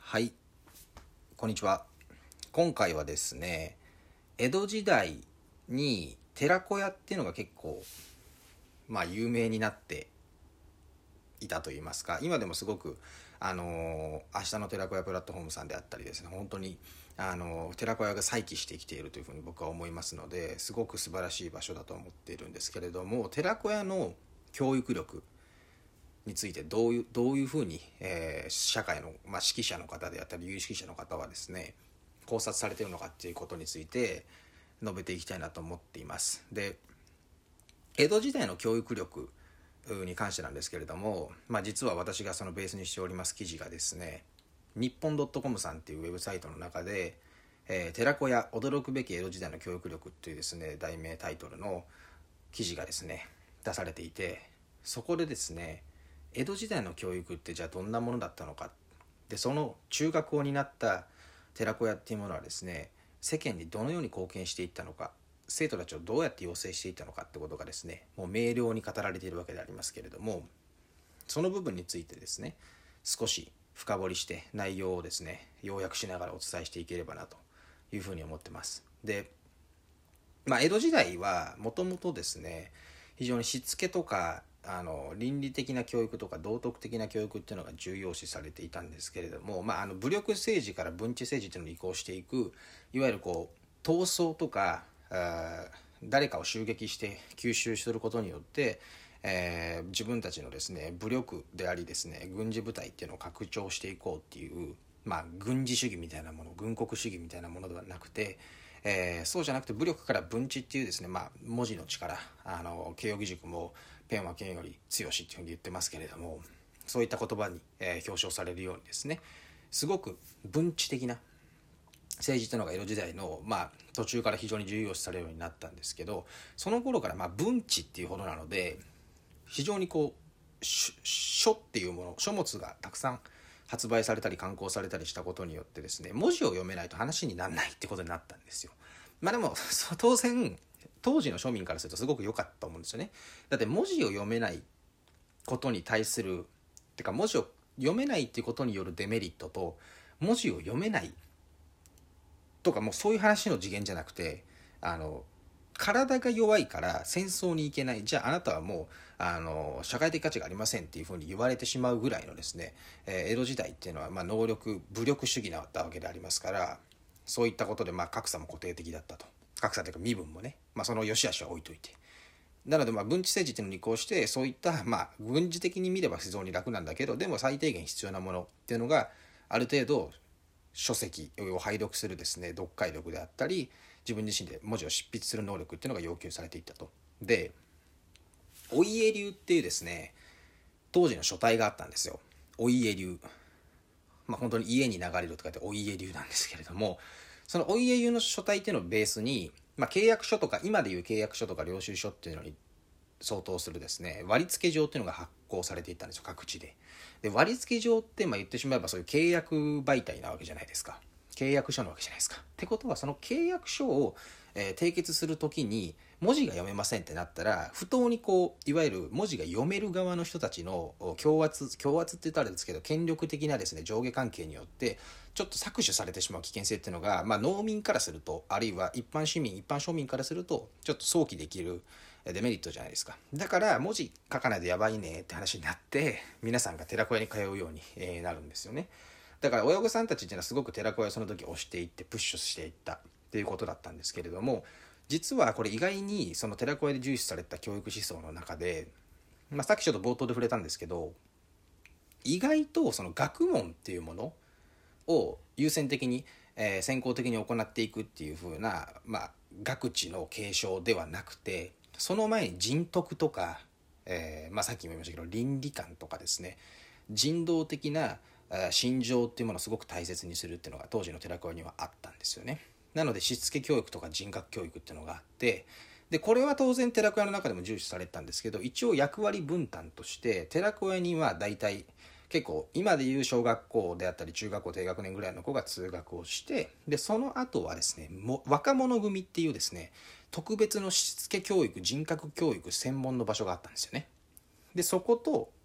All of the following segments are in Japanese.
はい、こんにちは。今回はですね、江戸時代に寺子屋っていうのが結構有名になっていたといいますか、今でもすごく明日の寺子屋プラットフォームさんであったりですね、本当に寺子屋が再起してきているというふうに僕は思いますので、すごく素晴らしい場所だと思っているんですけれども、寺子屋の教育力についてどういうふうに、社会の、指揮者の方であったり有識者の方はですね考察されているのかっていうことについて述べていきたいなと思っています。で、江戸時代の教育力に関してなんですけれども、実は私がそのベースにしております記事がですね、日本 .com さんっていうウェブサイトの中で、寺子屋驚くべき江戸時代の教育力っていうですね題名タイトルの記事がですね出されていて、そこでですね江戸時代の教育ってじゃあどんなものだったのか、でその中核を担った寺子屋っていうものはですね世間にどのように貢献していったのか、生徒たちをどうやって養成していったのかってことがですねもう明瞭に語られているわけでありますけれども、その部分についてですね少し深掘りして内容をですね要約しながらお伝えしていければなというふうに思ってます。で、江戸時代はもともとですね非常にしつけとか倫理的な教育とか道徳的な教育っていうのが重要視されていたんですけれども、武力政治から文治政治っていうのに移行していく、いわゆる闘争とか誰かを襲撃して吸収することによって、自分たちのですね武力でありですね軍事部隊っていうのを拡張していこうっていう、軍事主義みたいなもの、軍国主義みたいなものではなくて、そうじゃなくて武力から文治っていうですね、文字の力、慶應義塾もペンは剣より強しっていうふうに言ってますけれども、そういった言葉に、表彰されるようにですねすごく文治的な政治というのが江戸時代の、途中から非常に重要視されるようになったんですけど、その頃から文治っていうほどなので非常に書っていうもの、書物がたくさん発売されたり刊行されたりしたことによってですね文字を読めないと話にならないってことになったんですよ。でも当然当時の庶民からするとすごく良かったと思うんですよね。だって文字を読めないことに対するてか文字を読めないっていうことによるデメリットと、文字を読めないとかもうそういう話の次元じゃなくて、体が弱いから戦争に行けない、じゃああなたはもう社会的価値がありませんっていうふうに言われてしまうぐらいのですね、江戸時代っていうのは能力武力主義だったわけでありますから、そういったことで格差も固定的だったと。格差というか身分もね、その良し悪しは置いといて、なので文治政治っていうのに移行して、そういった軍事的に見れば非常に楽なんだけど、でも最低限必要なものっていうのがある程度書籍を拝読するですね読解力であったり、自分自身で文字を執筆する能力っていうのが要求されていったと。で、お家流っていうですね当時の書体があったんですよ。お家流、本当に家に流れるとかってお家流なんですけれども、そのお家流の書体っていうのをベースに、契約書とか今でいう契約書とか領収書っていうのに相当するですね割付状っていうのが発行されていったんですよ、各地で。で、割付状って言ってしまえばそういう契約媒体なわけじゃないですか。契約書なわけじゃないですか。ってことはその契約書を、締結するときに文字が読めませんってなったら、不当にいわゆる文字が読める側の人たちの強圧って言ったらあれですけど、権力的なですね上下関係によってちょっと搾取されてしまう危険性っていうのが、農民からすると、あるいは一般庶民からするとちょっと想起できるデメリットじゃないですか。だから文字書かないとやばいねって話になって、皆さんが寺子屋に通うようになるんですよね。だから親御さんたちっていうのはすごく寺子屋をその時押していってプッシュしていったっていうことだったんですけれども、実はこれ意外にその寺子屋で重視された教育思想の中で、さっきちょっと冒頭で触れたんですけど、意外とその学問っていうものを優先的に、先行的に行っていくっていう風な、学知の継承ではなくて、その前に人徳とか、さっきも言いましたけど倫理観とかですね、人道的な心情っていうものをすごく大切にするっていうのが当時の寺子屋にはあったんですよね。なのでしつけ教育とか人格教育っていうのがあって、でこれは当然寺子屋の中でも重視されてたんですけど、一応役割分担として寺子屋には大体結構今でいう小学校であったり中学校低学年ぐらいの子が通学をして、でその後はですね若者組っていうですね特別のしつけ教育人格教育専門の場所があったんですよね。でそこと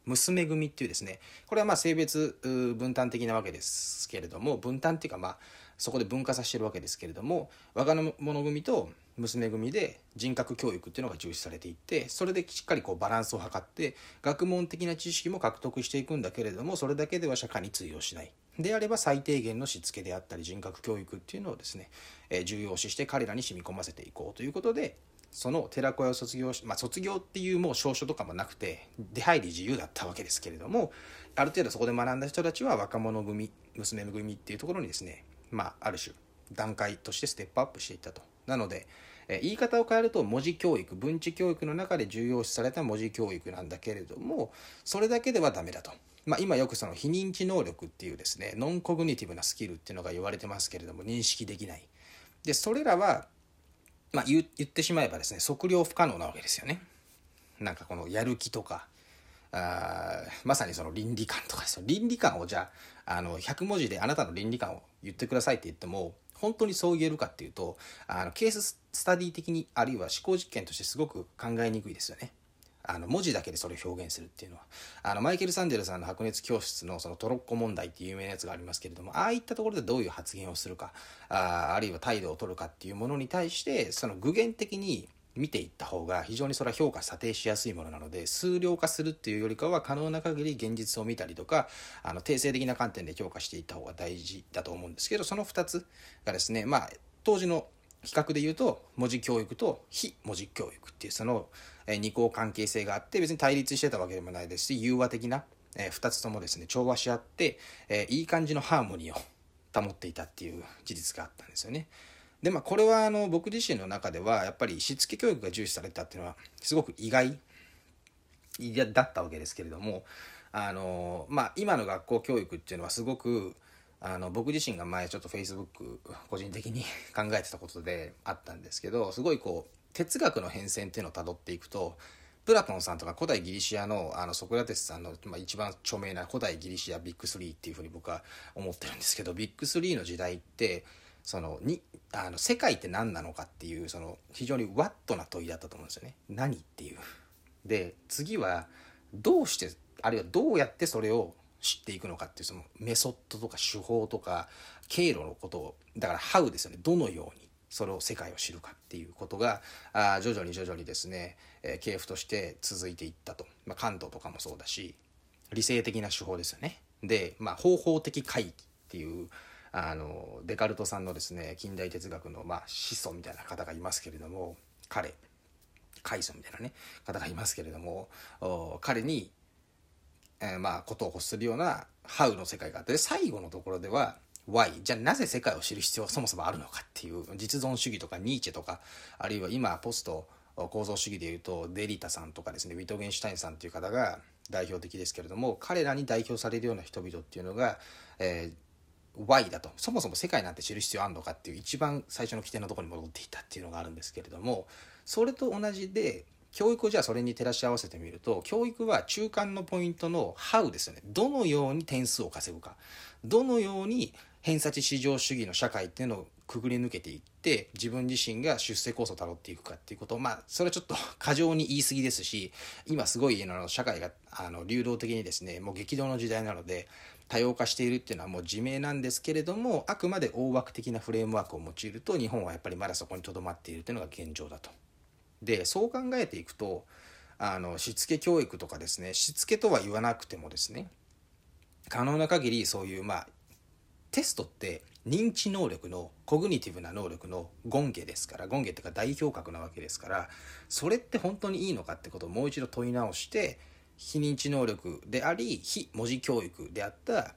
娘組っていうですね、これはまあ性別分担的なわけですけれども、分担っていうかまあそこで分化させてるわけですけれども、若者組と娘組で人格教育っていうのが重視されていて、それでしっかりこうバランスを図って学問的な知識も獲得していくんだけれども、それだけでは社会に通用しない。であれば最低限のしつけであったり人格教育っていうのをですね、重要視して彼らに染み込ませていこうということで、その寺子屋を卒業し、卒業っていうもう証書とかもなくて出入り自由だったわけですけれども、ある程度そこで学んだ人たちは若者組娘組っていうところにですね、ある種段階としてステップアップしていったと。なので言い方を変えると文字教育、文知教育の中で重要視された文字教育なんだけれども、それだけではダメだと。今よくその非認知能力っていうですね、ノンコグニティブなスキルっていうのが言われてますけれども、認識できない。でそれらは言ってしまえばですね、測量不可能なわけですよね。なんかこのやる気とか、まさにその倫理観とかですよ。倫理観をじゃあ100文字であなたの倫理観を言ってくださいって言っても本当にそう言えるかっていうと、ケーススタディ的にあるいは思考実験としてすごく考えにくいですよね。文字だけでそれを表現するっていうのは、マイケル・サンデルさんの白熱教室のそのトロッコ問題っていう有名なやつがありますけれども、ああいったところでどういう発言をするか、あるいは態度を取るかっていうものに対してその具現的に見ていった方が非常にそれは評価査定しやすいものなので、数量化するっていうよりかは可能な限り現実を見たりとか定性的な観点で評価していった方が大事だと思うんですけど、その2つがですね、当時の比較で言うと文字教育と非文字教育っていうその二項関係性があって、別に対立してたわけでもないですし、融和的な2つともですね調和し合っていい感じのハーモニーを保っていたっていう事実があったんですよね。でこれは僕自身の中ではやっぱりしつけ教育が重視されたっていうのはすごく意外だったわけですけれども、今の学校教育っていうのはすごく僕自身が前ちょっと Facebook 個人的に考えてたことであったんですけど、すごいこう哲学の変遷っていうのをたどっていくと、プラトンさんとか古代ギリシアのソクラテスさんの、一番著名な古代ギリシアビッグスリーっていうふうに僕は思ってるんですけど、ビッグスリーの時代って世界って何なのかっていうその非常にワットな問いだったと思うんですよね。何っていう。で次はどうして、あるいはどうやってそれを知っていくのかっていうそのメソッドとか手法とか経路のことを、だからハウですよね。どのようにそれを世界を知るかっていうことが徐々にですね、系譜として続いていったと。カントとかもそうだし、理性的な手法ですよね。で、方法的回帰っていうデカルトさんのですね近代哲学の始祖みたいな方がいますけれども、開祖みたいなね方がいますけれども、彼にことを欲するようなハウの世界があって、最後のところでは Why、 じゃあなぜ世界を知る必要はそもそもあるのかっていう実存主義とかニーチェとか、あるいは今ポスト構造主義でいうとデリタさんとかですね、ウィトゲンシュタインさんっていう方が代表的ですけれども、彼らに代表されるような人々っていうのが、Why だと、そもそも世界なんて知る必要あるのかっていう一番最初の起点のところに戻っていたっていうのがあるんですけれども、それと同じで教育をじゃあそれに照らし合わせてみると、教育は中間のポイントの How ですよね。どのように点数を稼ぐか、どのように偏差値至上主義の社会っていうのをくぐり抜けていって自分自身が出世コースをたどっていくかっていうことを、それはちょっと過剰に言い過ぎですし、今すごい社会が流動的にですね、もう激動の時代なので多様化しているっていうのはもう自明なんですけれども、あくまで大枠的なフレームワークを用いると日本はやっぱりまだそこにとどまっているというのが現状だと。でそう考えていくとしつけ教育とかですね、しつけとは言わなくてもですね、可能な限りそういうテストって認知能力のコグニティブな能力の権下ですから、権下っていうか代表格なわけですから、それって本当にいいのかってことをもう一度問い直して、非認知能力であり非文字教育であった、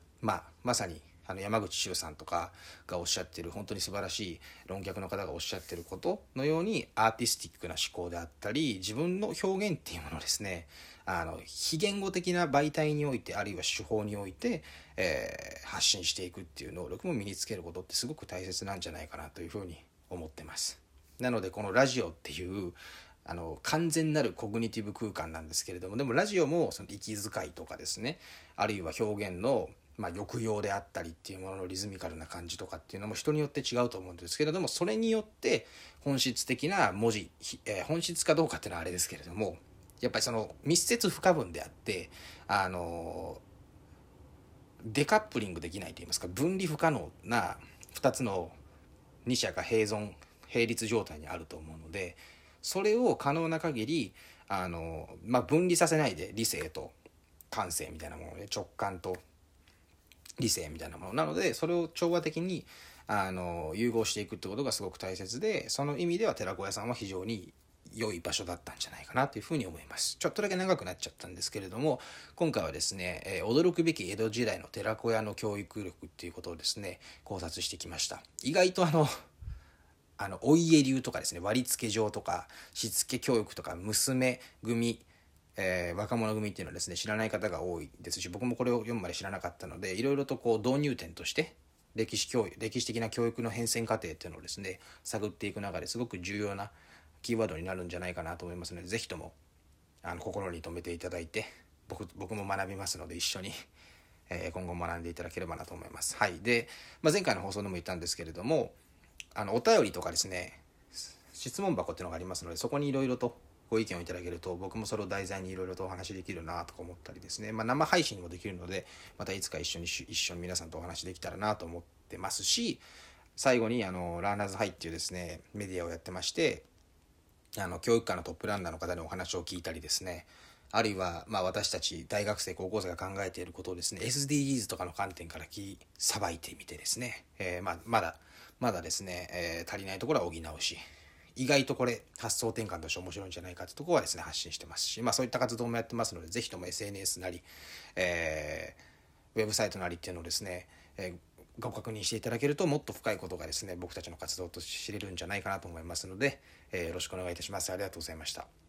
まさに山口周さんとかがおっしゃってる本当に素晴らしい論客の方がおっしゃってることのように、アーティスティックな思考であったり自分の表現っていうものをですね、非言語的な媒体においてあるいは手法において、発信していくっていう能力も身につけることってすごく大切なんじゃないかなというふうに思ってます。なのでこのラジオっていう完全なるコグニティブ空間なんですけれども、でもラジオもその息遣いとかですね、あるいは表現の抑揚であったりっていうもののリズミカルな感じとかっていうのも人によって違うと思うんですけれども、それによって本質的な文字、本質かどうかっていうのはあれですけれども、 やっぱりその密接不可分であって、デカップリングできないといいますか、分離不可能な2つの二者が並立状態にあると思うので、それを可能な限り分離させないで、理性と感性みたいなもので、直感と理性みたいなものなので、それを調和的に融合していくってことがすごく大切で、その意味では寺子屋さんは非常に良い場所だったんじゃないかなというふうに思います。ちょっとだけ長くなっちゃったんですけれども、今回はですね、驚くべき江戸時代の寺子屋の教育力っていうことをですね、考察してきました。意外とお家流とかですね、割付状とかしつけ教育とか娘組、若者組っていうのはですね、知らない方が多いですし、僕もこれを読むまで知らなかったので、いろいろとこう導入点として歴史的な教育の変遷過程っていうのをですね、探っていく中ですごく重要なキーワードになるんじゃないかなと思いますので、ぜひとも心に留めていただいて、僕も学びますので、一緒に今後学んでいただければなと思います。はい。で、前回の放送でも言ったんですけれども、お便りとかですね、質問箱っていうのがありますので、そこにいろいろとご意見をいただけると、僕もそれを題材にいろいろとお話できるなとか思ったりですね、生配信もできるので、またいつか一緒に皆さんとお話できたらなと思ってますし、最後にラーナーズハイっていうですね、メディアをやってまして、教育科のトップランナーの方にお話を聞いたりですね、あるいは私たち大学生高校生が考えていることをですね、 SDGs とかの観点からさばいてみてですね、まだですね、足りないところは補うし、意外とこれ発想転換として面白いんじゃないかというところはですね、発信してますし、そういった活動もやってますので、ぜひとも SNS なり、ウェブサイトなりっていうのをですね、ご確認していただけると、もっと深いことがですね、僕たちの活動と知れるんじゃないかなと思いますので、よろしくお願いいたします。ありがとうございました。